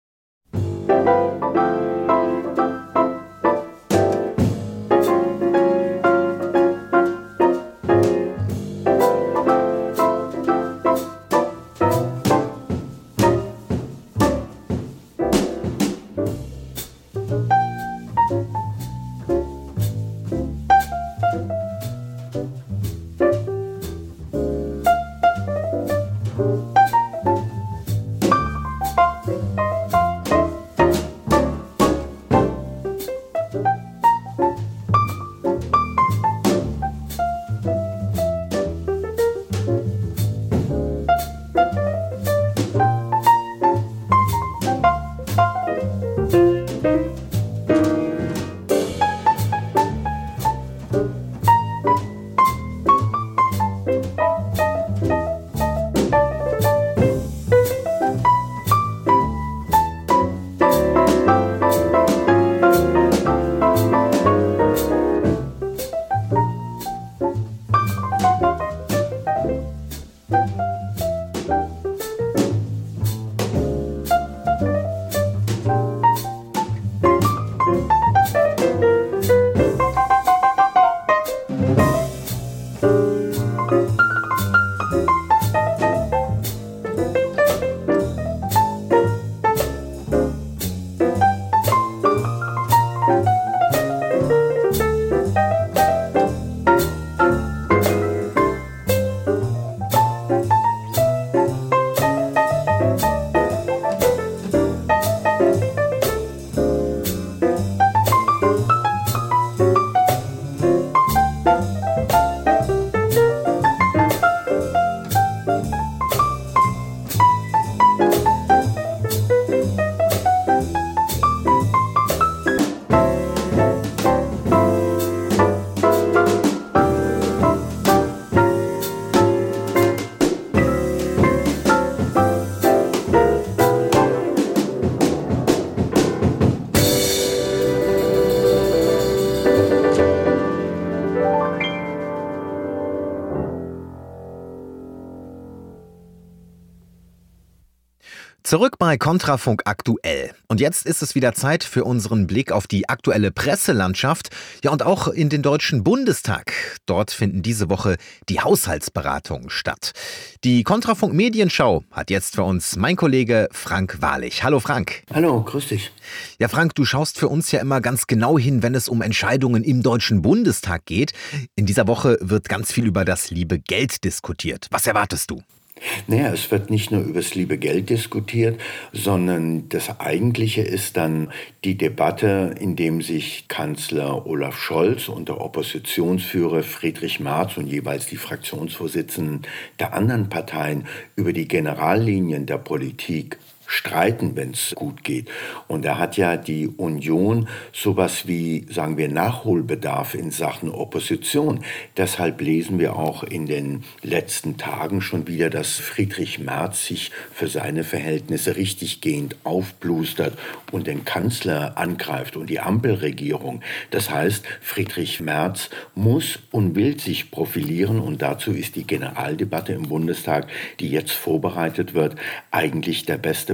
Zurück bei Kontrafunk aktuell. Und jetzt ist es wieder Zeit für unseren Blick auf die aktuelle Presselandschaft. Ja, und auch in den Deutschen Bundestag. Dort finden diese Woche die Haushaltsberatungen statt. Die Kontrafunk Medienschau hat jetzt für uns mein Kollege Frank Wahrlich. Hallo Frank. Hallo, grüß dich. Ja Frank, du schaust für uns ja immer ganz genau hin, wenn es um Entscheidungen im Deutschen Bundestag geht. In dieser Woche wird ganz viel über das liebe Geld diskutiert. Was erwartest du? Naja, es wird nicht nur über das liebe Geld diskutiert, sondern das Eigentliche ist dann die Debatte, in dem sich Kanzler Olaf Scholz und der Oppositionsführer Friedrich Merz und jeweils die Fraktionsvorsitzenden der anderen Parteien über die Generallinien der Politik streiten, wenn es gut geht. Und da hat ja die Union sowas wie, sagen wir, Nachholbedarf in Sachen Opposition. Deshalb lesen wir auch in den letzten Tagen schon wieder, dass Friedrich Merz sich für seine Verhältnisse richtiggehend aufblustert und den Kanzler angreift und die Ampelregierung. Das heißt, Friedrich Merz muss und will sich profilieren und dazu ist die Generaldebatte im Bundestag, die jetzt vorbereitet wird, eigentlich der beste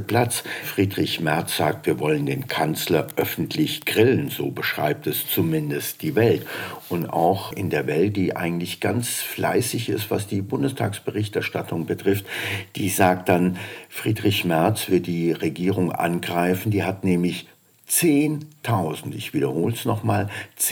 Platz. Friedrich Merz sagt, wir wollen den Kanzler öffentlich grillen, so beschreibt es zumindest die Welt. Und auch in der Welt, die eigentlich ganz fleißig ist, was die Bundestagsberichterstattung betrifft, die sagt dann, Friedrich Merz wird die Regierung angreifen, die hat nämlich 10.000, ich wiederhole es nochmal,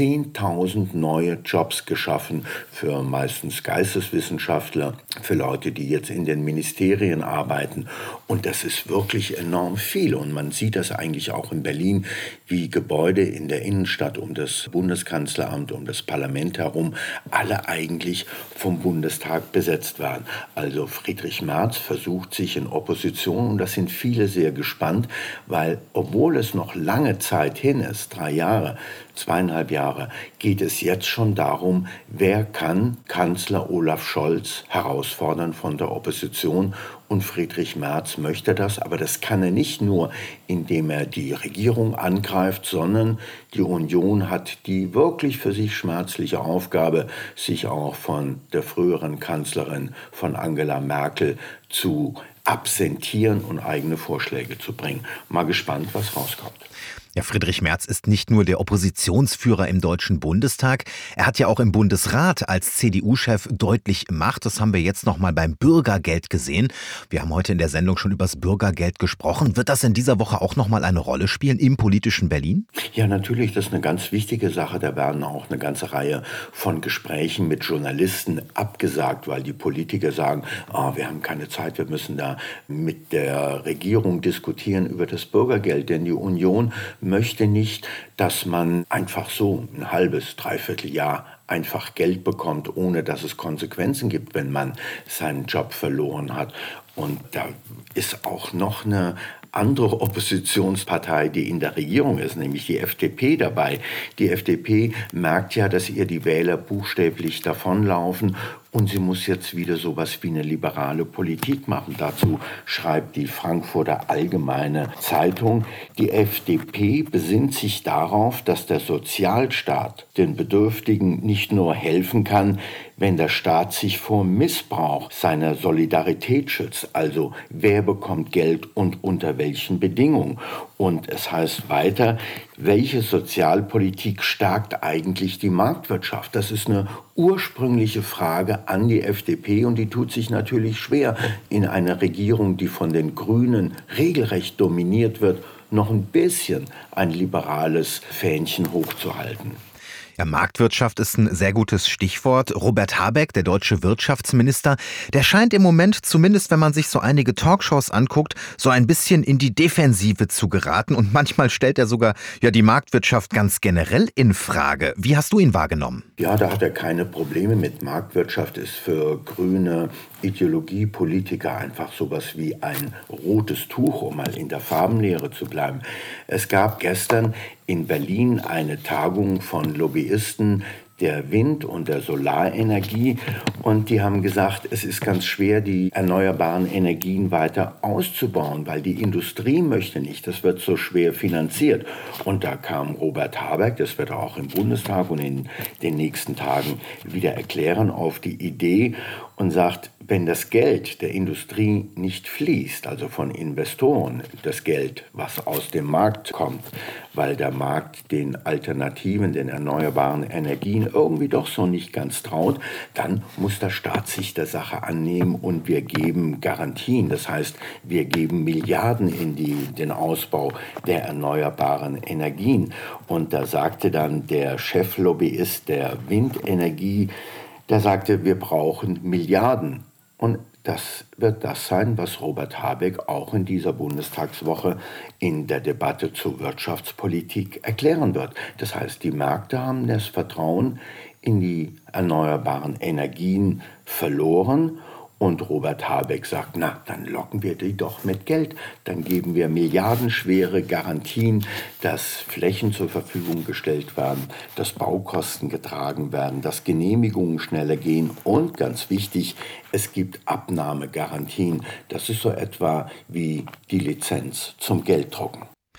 10.000 neue Jobs geschaffen für meistens Geisteswissenschaftler, für Leute, die jetzt in den Ministerien arbeiten. Und das ist wirklich enorm viel. Und man sieht das eigentlich auch in Berlin, wie Gebäude in der Innenstadt um das Bundeskanzleramt, um das Parlament herum, alle eigentlich vom Bundestag besetzt werden. Also Friedrich Merz versucht sich in Opposition, und das sind viele sehr gespannt, weil obwohl es noch lange Zeit hin ist, 3 Jahre, 2,5 Jahre, geht es jetzt schon darum, wer kann Kanzler Olaf Scholz herausfordern von der Opposition. Und Friedrich Merz möchte das, aber das kann er nicht nur, indem er die Regierung angreift, sondern die Union hat die wirklich für sich schmerzliche Aufgabe, sich auch von der früheren Kanzlerin, von Angela Merkel, zu absentieren und eigene Vorschläge zu bringen. Mal gespannt, was rauskommt. Ja, Friedrich Merz ist nicht nur der Oppositionsführer im Deutschen Bundestag, er hat ja auch im Bundesrat als CDU-Chef deutlich Macht. Das haben wir jetzt nochmal beim Bürgergeld gesehen. Wir haben heute in der Sendung schon über das Bürgergeld gesprochen. Wird das in dieser Woche auch nochmal eine Rolle spielen im politischen Berlin? Ja, natürlich, das ist eine ganz wichtige Sache. Da werden auch eine ganze Reihe von Gesprächen mit Journalisten abgesagt, weil die Politiker sagen, wir haben keine Zeit, wir müssen da mit der Regierung diskutieren über das Bürgergeld. Denn die Union möchte nicht, dass man einfach so ein halbes, dreiviertel Jahr einfach Geld bekommt, ohne dass es Konsequenzen gibt, wenn man seinen Job verloren hat. Und da ist auch noch eine andere Oppositionspartei, die in der Regierung ist, nämlich die FDP dabei. Die FDP merkt ja, dass ihr die Wähler buchstäblich davonlaufen, und sie muss jetzt wieder sowas wie eine liberale Politik machen. Dazu schreibt die Frankfurter Allgemeine Zeitung, die FDP besinnt sich darauf, dass der Sozialstaat den Bedürftigen nicht nur helfen kann, wenn der Staat sich vor Missbrauch seiner Solidarität schützt. Also wer bekommt Geld und unter welchen Bedingungen. Und es heißt weiter, welche Sozialpolitik stärkt eigentlich die Marktwirtschaft? Das ist eine ursprüngliche Frage an die FDP, und die tut sich natürlich schwer, in einer Regierung, die von den Grünen regelrecht dominiert wird, noch ein bisschen ein liberales Fähnchen hochzuhalten. Ja, Marktwirtschaft ist ein sehr gutes Stichwort. Robert Habeck, der deutsche Wirtschaftsminister, der scheint im Moment, zumindest wenn man sich so einige Talkshows anguckt, so ein bisschen in die Defensive zu geraten. Und manchmal stellt er sogar die Marktwirtschaft ganz generell in Frage. Wie hast du ihn wahrgenommen? Ja, da hat er keine Probleme mit. Marktwirtschaft ist für grüne Ideologiepolitiker einfach sowas wie ein rotes Tuch, um mal in der Farbenlehre zu bleiben. Es gab gestern in Berlin eine Tagung von Lobbyisten der Wind- und der Solarenergie, und die haben gesagt, es ist ganz schwer, die erneuerbaren Energien weiter auszubauen, weil die Industrie möchte nicht, das wird so schwer finanziert. Und da kam Robert Habeck, das wird er auch im Bundestag und in den nächsten Tagen wieder erklären, auf die Idee und sagt, wenn das Geld der Industrie nicht fließt, also von Investoren, das Geld, was aus dem Markt kommt, weil der Markt den Alternativen, den erneuerbaren Energien irgendwie doch so nicht ganz traut, dann muss der Staat sich der Sache annehmen, und wir geben Garantien. Das heißt, wir geben Milliarden in den Ausbau der erneuerbaren Energien. Und da sagte dann der Cheflobbyist der Windenergie, der sagte, wir brauchen Milliarden. Und das wird das sein, was Robert Habeck auch in dieser Bundestagswoche in der Debatte zur Wirtschaftspolitik erklären wird. Das heißt, die Märkte haben das Vertrauen in die erneuerbaren Energien verloren. Und Robert Habeck sagt, dann locken wir die doch mit Geld. Dann geben wir milliardenschwere Garantien, dass Flächen zur Verfügung gestellt werden, dass Baukosten getragen werden, dass Genehmigungen schneller gehen. Und ganz wichtig, es gibt Abnahmegarantien. Das ist so etwa wie die Lizenz zum Gelddrucken.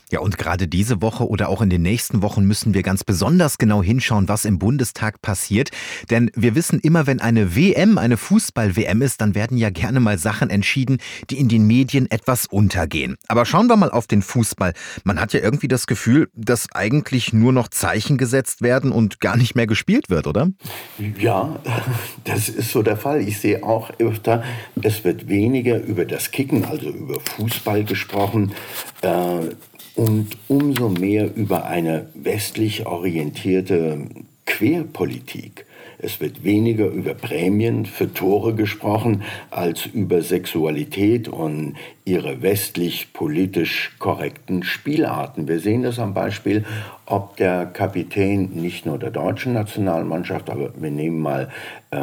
Ja, und gerade diese Woche oder auch in den nächsten Wochen müssen wir ganz besonders genau hinschauen, was im Bundestag passiert. Denn wir wissen immer, wenn eine WM, eine Fußball-WM ist, dann werden ja gerne mal Sachen entschieden, die in den Medien etwas untergehen. Aber schauen wir mal auf den Fußball. Man hat ja irgendwie das Gefühl, dass eigentlich nur noch Zeichen gesetzt werden und gar nicht mehr gespielt wird, oder? Ja, das ist so der Fall. Ich sehe auch öfter, es wird weniger über das Kicken, also über Fußball gesprochen, und umso mehr über eine westlich orientierte Querpolitik. Es wird weniger über Prämien für Tore gesprochen, als über Sexualität und ihre westlich-politisch korrekten Spielarten. Wir sehen das am Beispiel, ob der Kapitän nicht nur der deutschen Nationalmannschaft, aber wir nehmen mal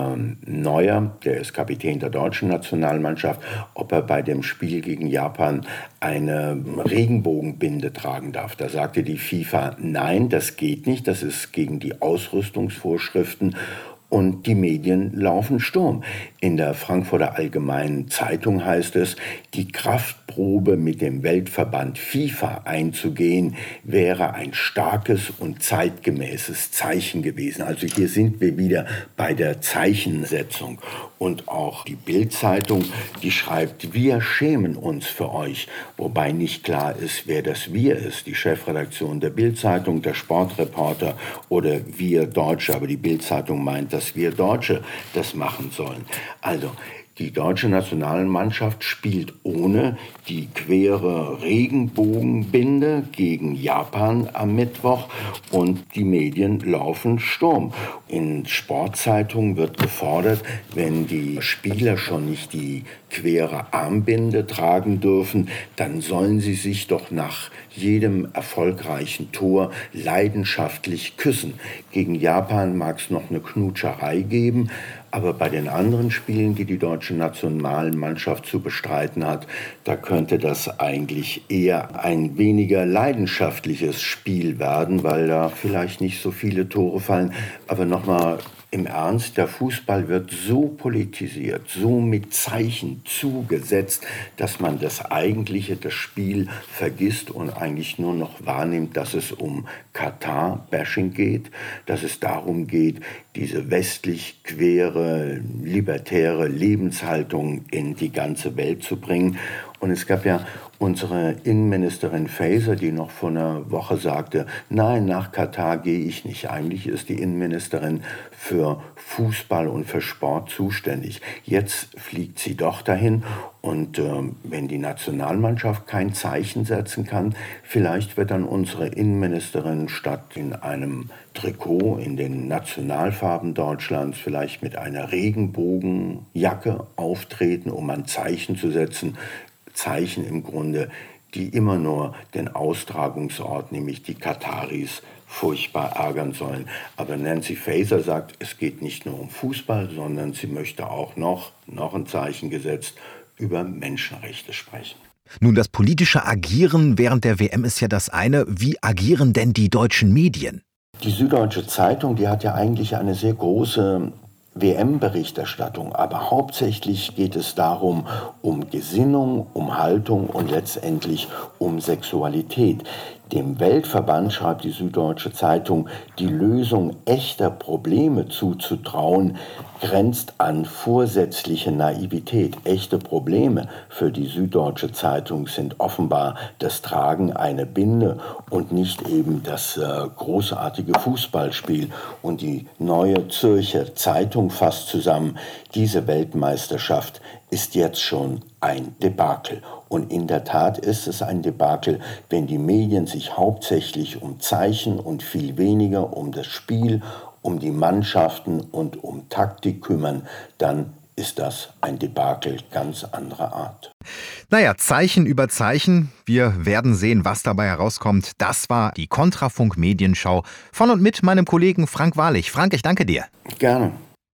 Neuer, der ist Kapitän der deutschen Nationalmannschaft, ob er bei dem Spiel gegen Japan eine Regenbogenbinde tragen darf. Da sagte die FIFA, nein, das geht nicht, das ist gegen die Ausrüstungsvorschriften. Und die Medien laufen Sturm. In der Frankfurter Allgemeinen Zeitung heißt es, die Kraftprobe mit dem Weltverband FIFA einzugehen, wäre ein starkes und zeitgemäßes Zeichen gewesen. Also hier sind wir wieder bei der Zeichensetzung. Und auch die Bild-Zeitung, die schreibt, wir schämen uns für euch. Wobei nicht klar ist, wer das Wir ist. Die Chefredaktion der Bild-Zeitung, der Sportreporter oder wir Deutsche. Aber die Bild-Zeitung meint, dass wir Deutsche das machen sollen. Also die deutsche Nationalmannschaft spielt ohne die quere Regenbogenbinde gegen Japan am Mittwoch und die Medien laufen Sturm. In Sportzeitungen wird gefordert, wenn die Spieler schon nicht die quere Armbinde tragen dürfen, dann sollen sie sich doch nach jedem erfolgreichen Tor leidenschaftlich küssen. Gegen Japan mag es noch eine Knutscherei geben, aber bei den anderen Spielen, die die deutsche Nationalmannschaft zu bestreiten hat, da könnte das eigentlich eher ein weniger leidenschaftliches Spiel werden, weil da vielleicht nicht so viele Tore fallen. Aber nochmal im Ernst, der Fußball wird so politisiert, so mit Zeichen zugesetzt, dass man das Eigentliche, das Spiel vergisst und eigentlich nur noch wahrnimmt, dass es um Katar-Bashing geht, dass es darum geht, diese westlich quere, libertäre Lebenshaltung in die ganze Welt zu bringen. Und es gab ja unsere Innenministerin Faeser, die noch vor einer Woche sagte, nein, nach Katar gehe ich nicht. Eigentlich ist die Innenministerin für Fußball und für Sport zuständig. Jetzt fliegt sie doch dahin. Und wenn die Nationalmannschaft kein Zeichen setzen kann, vielleicht wird dann unsere Innenministerin statt in einem Trikot in den Nationalfarben Deutschlands vielleicht mit einer Regenbogenjacke auftreten, um ein Zeichen zu setzen. Zeichen im Grunde, die immer nur den Austragungsort, nämlich die Kataris, furchtbar ärgern sollen. Aber Nancy Faeser sagt, es geht nicht nur um Fußball, sondern sie möchte auch noch ein Zeichen gesetzt, über Menschenrechte sprechen. Nun, das politische Agieren während der WM ist ja das eine. Wie agieren denn die deutschen Medien? Die Süddeutsche Zeitung, die hat ja eigentlich eine sehr große WM-Berichterstattung, aber hauptsächlich geht es darum, um Gesinnung, um Haltung und letztendlich um Sexualität. Dem Weltverband, schreibt die Süddeutsche Zeitung, die Lösung echter Probleme zuzutrauen, grenzt an vorsätzliche Naivität. Echte Probleme für die Süddeutsche Zeitung sind offenbar das Tragen einer Binde und nicht eben das großartige Fußballspiel. Und die Neue Zürcher Zeitung fasst zusammen, diese Weltmeisterschaft ist jetzt schon ein Debakel. Und in der Tat ist es ein Debakel, wenn die Medien sich hauptsächlich um Zeichen und viel weniger um das Spiel, um die Mannschaften und um Taktik kümmern, dann ist das ein Debakel ganz anderer Art. Naja, Zeichen über Zeichen. Wir werden sehen, was dabei herauskommt. Das war die Kontrafunk-Medienschau von und mit meinem Kollegen Frank Wahrlich. Frank, ich danke dir. Gerne.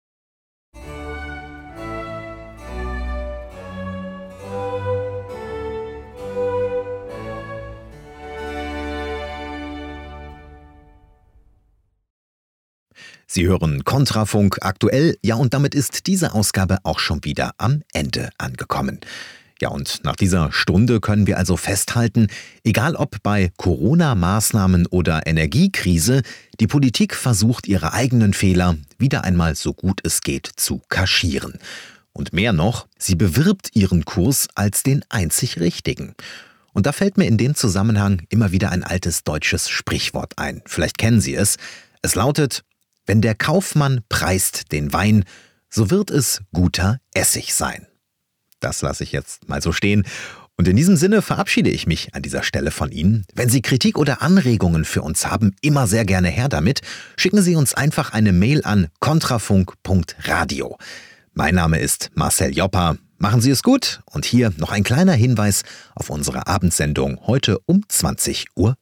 Sie hören Kontrafunk aktuell. Ja, und damit ist diese Ausgabe auch schon wieder am Ende angekommen. Ja, und nach dieser Stunde können wir also festhalten, egal ob bei Corona-Maßnahmen oder Energiekrise, die Politik versucht, ihre eigenen Fehler wieder einmal so gut es geht zu kaschieren. Und mehr noch, sie bewirbt ihren Kurs als den einzig richtigen. Und da fällt mir in dem Zusammenhang immer wieder ein altes deutsches Sprichwort ein. Vielleicht kennen Sie es. Es lautet: Wenn der Kaufmann preist den Wein, so wird es guter Essig sein. Das lasse ich jetzt mal so stehen. Und in diesem Sinne verabschiede ich mich an dieser Stelle von Ihnen. Wenn Sie Kritik oder Anregungen für uns haben, immer sehr gerne her damit. Schicken Sie uns einfach eine Mail an kontrafunk.radio. Mein Name ist Marcel Joppa. Machen Sie es gut. Und hier noch ein kleiner Hinweis auf unsere Abendsendung heute um 20:05 Uhr.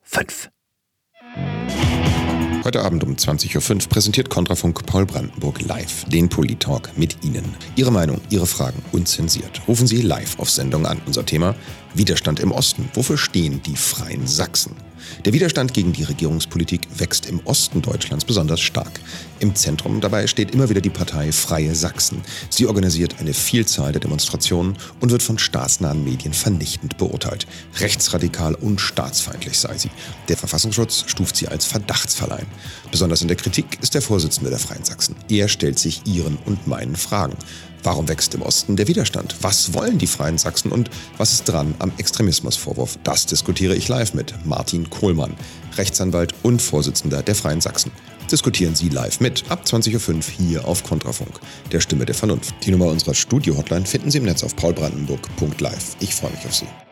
Heute Abend um 20:05 Uhr präsentiert Kontrafunk Paul Brandenburg live den Polit-Talk mit Ihnen. Ihre Meinung, Ihre Fragen unzensiert. Rufen Sie live auf Sendung an. Unser Thema: Widerstand im Osten. Wofür stehen die Freien Sachsen? Der Widerstand gegen die Regierungspolitik wächst im Osten Deutschlands besonders stark. Im Zentrum dabei steht immer wieder die Partei Freie Sachsen. Sie organisiert eine Vielzahl der Demonstrationen und wird von staatsnahen Medien vernichtend beurteilt. Rechtsradikal und staatsfeindlich sei sie. Der Verfassungsschutz stuft sie als Verdachtsfall ein. Besonders in der Kritik ist der Vorsitzende der Freien Sachsen. Er stellt sich Ihren und meinen Fragen. Warum wächst im Osten der Widerstand? Was wollen die Freien Sachsen und was ist dran am Extremismusvorwurf? Das diskutiere ich live mit Martin Kohlmann, Rechtsanwalt und Vorsitzender der Freien Sachsen. Diskutieren Sie live mit ab 20:05 Uhr hier auf Kontrafunk, der Stimme der Vernunft. Die Nummer unserer Studio-Hotline finden Sie im Netz auf paulbrandenburg.live. Ich freue mich auf Sie.